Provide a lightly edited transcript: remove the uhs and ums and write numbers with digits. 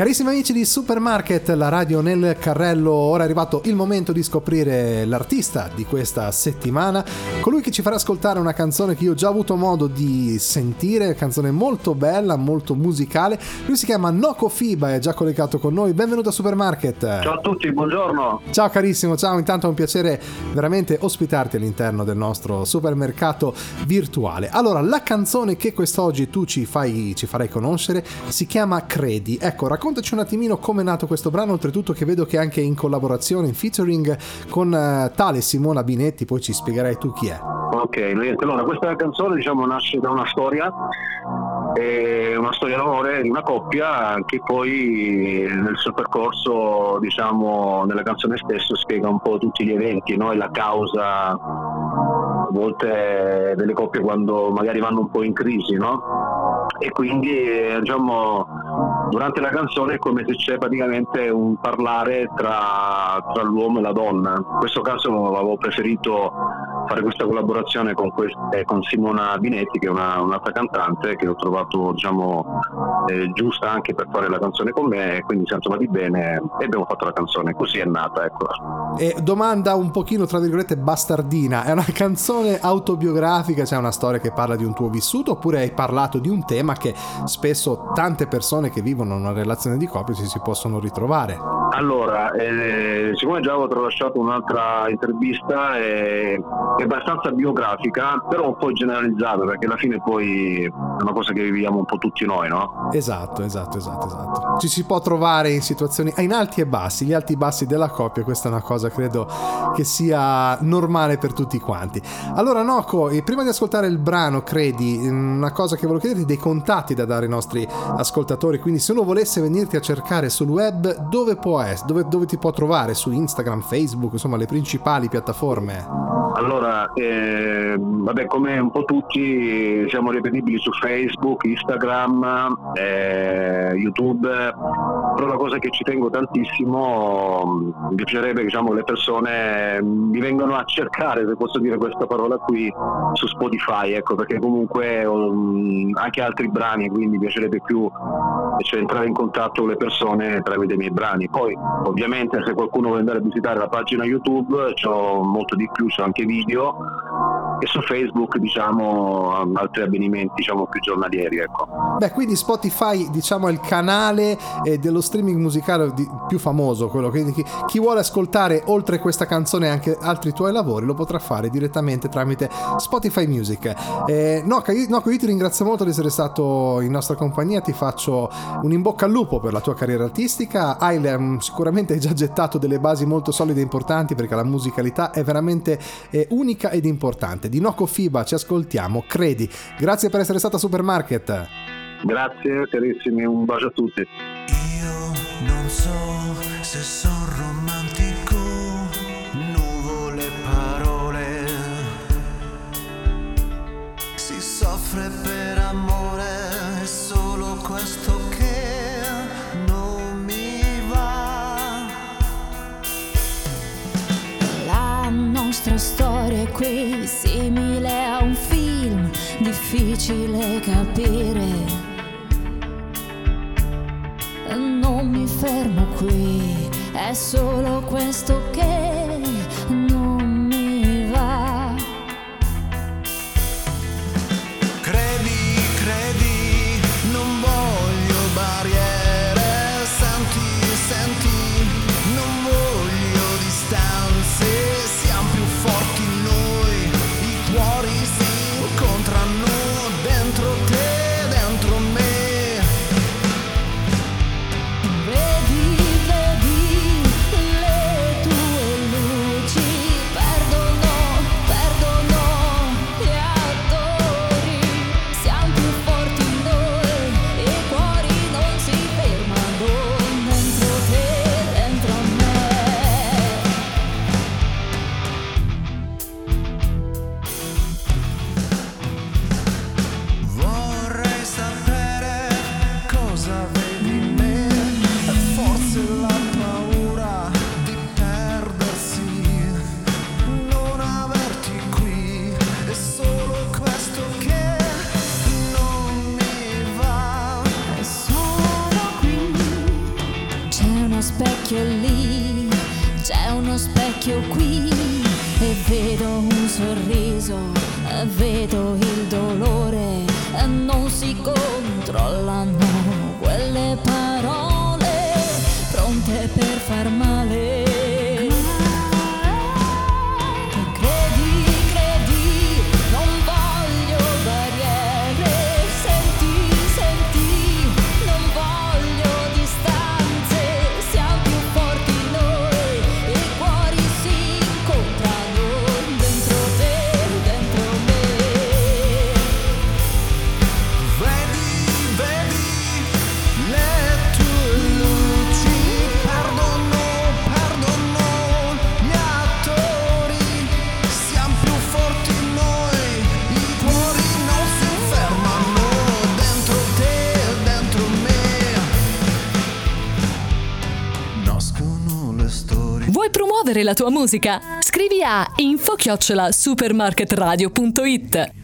Carissimi amici di Supermarket, la radio nel carrello, ora è arrivato il momento di scoprire l'artista di questa settimana, colui che ci farà ascoltare una canzone che io ho già avuto modo di sentire, canzone molto bella, molto musicale. Lui si chiama Noko Fiba, è già collegato con noi. Benvenuto a Supermarket. Ciao a tutti, buongiorno. Ciao carissimo, ciao, intanto è un piacere veramente ospitarti all'interno del nostro supermercato virtuale. Allora, la canzone che quest'oggi tu ci farai conoscere si chiama Credi. Ecco, raccontaci un attimino come è nato questo brano, oltretutto che vedo che è anche in collaborazione, in featuring con tale Simona Binetti, poi ci spiegherai tu chi è. Ok, niente, allora questa canzone nasce da una storia d'amore di una coppia che poi nel suo percorso, nella canzone stessa spiega un po' tutti gli eventi, no? E la causa a volte delle coppie quando magari vanno un po' in crisi, no? E quindi durante la canzone è come se c'è praticamente un parlare tra l'uomo e la donna. In questo caso avevo preferito fare questa collaborazione con Simona Binetti, che è un'altra cantante che ho trovato giusta anche per fare la canzone con me, e quindi siamo trovati bene e abbiamo fatto la canzone, così è nata, ecco. E domanda un pochino tra virgolette bastardina, è una canzone autobiografica, c'è una storia che parla di un tuo vissuto, oppure hai parlato di un tema che spesso tante persone che vivono una relazione di coppia si possono ritrovare? Allora, siccome già avevo tralasciato un'altra intervista, è abbastanza biografica, però un po' generalizzata, perché alla fine poi è una cosa che viviamo un po' tutti noi, no? Esatto. Ci si può trovare in situazioni in alti e bassi, gli alti e bassi della coppia, questa è una cosa credo che sia normale per tutti quanti. Allora Noko, prima di ascoltare il brano Credi, una cosa che volevo chiederti, dei contatti da dare ai nostri ascoltatori, quindi se uno volesse venirti a cercare sul web, dove ti può trovare? Su Instagram, Facebook, insomma le principali piattaforme? Allora, come un po' tutti siamo ripetibili su Facebook, Instagram, YouTube, però la cosa che ci tengo tantissimo, mi piacerebbe che le persone mi vengano a cercare, se posso dire questa parola qui, su Spotify, ecco, perché comunque ho anche altri brani, quindi mi piacerebbe più entrare in contatto con le persone tramite i miei brani. Poi ovviamente se qualcuno vuole andare a visitare la pagina YouTube c'ho molto di più, c'ho anche video, e su Facebook altri avvenimenti più giornalieri, ecco. Beh, quindi Spotify è il canale dello streaming musicale più famoso, quello che chi vuole ascoltare oltre questa canzone anche altri tuoi lavori lo potrà fare direttamente tramite Spotify Music. Noko, io ti ringrazio molto di essere stato in nostra compagnia, ti faccio un in bocca al lupo per la tua carriera artistica. Sicuramente hai già gettato delle basi molto solide e importanti, perché la musicalità è veramente unica ed importante. Di Noko Fiba ci ascoltiamo Credi. Grazie per essere stata a Supermarket. Grazie carissimi, un bacio a tutti. Io non so se sono romantico, nuvole parole, si soffre per amore, è solo questo che non mi va. La nostra storia è qui, simile a un film, difficile capire. Non mi fermo qui, è solo questo che non mi va. Credi, non voglio barriere, senti, non voglio distanze, siamo più forti noi, i cuori si incontrano dentro te, dentro me. Vedi le tue luci specchio lì, c'è uno specchio qui, e vedo un sorriso, e vedo il dolore, e non si controllano quelle parole pronte per far male. Vuoi promuovere la tua musica? Scrivi a info@supermarketradio.it.